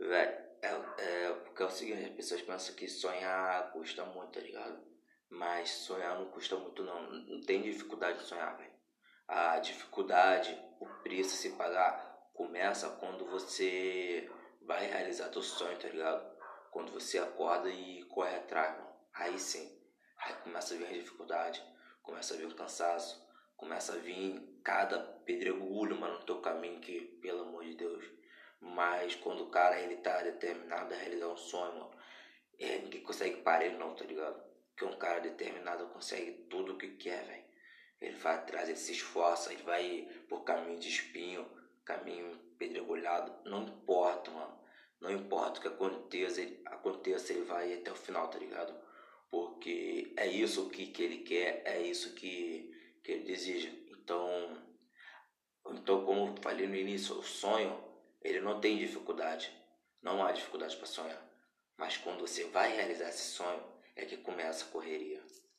Porque é o seguinte, as pessoas pensam que sonhar custa muito, tá ligado? Mas sonhar não custa muito não, não tem dificuldade de sonhar, velho. A dificuldade, o preço a se pagar, começa quando você vai realizar teu sonho, tá ligado? Quando você acorda e corre atrás, mano. Aí sim, aí começa a vir a dificuldade, começa a vir o cansaço, começa a vir cada pedregulho, mano, no teu caminho que, pelo amor de Deus. Mas quando o cara ele tá determinado a realizar um sonho, mano, ninguém consegue parar ele não, tá ligado? Porque um cara determinado consegue tudo o que quer, velho. Ele vai atrás, ele se esforça, ele vai por caminho de espinho, caminho pedregulhado, não importa, mano. Não importa o que aconteça, ele vai até o final, tá ligado? Porque é isso que ele quer, é isso que ele deseja. Então, como eu falei no início, o sonho, ele não tem dificuldade. Não há dificuldade para sonhar. Mas quando você vai realizar esse sonho, é que começa a correria.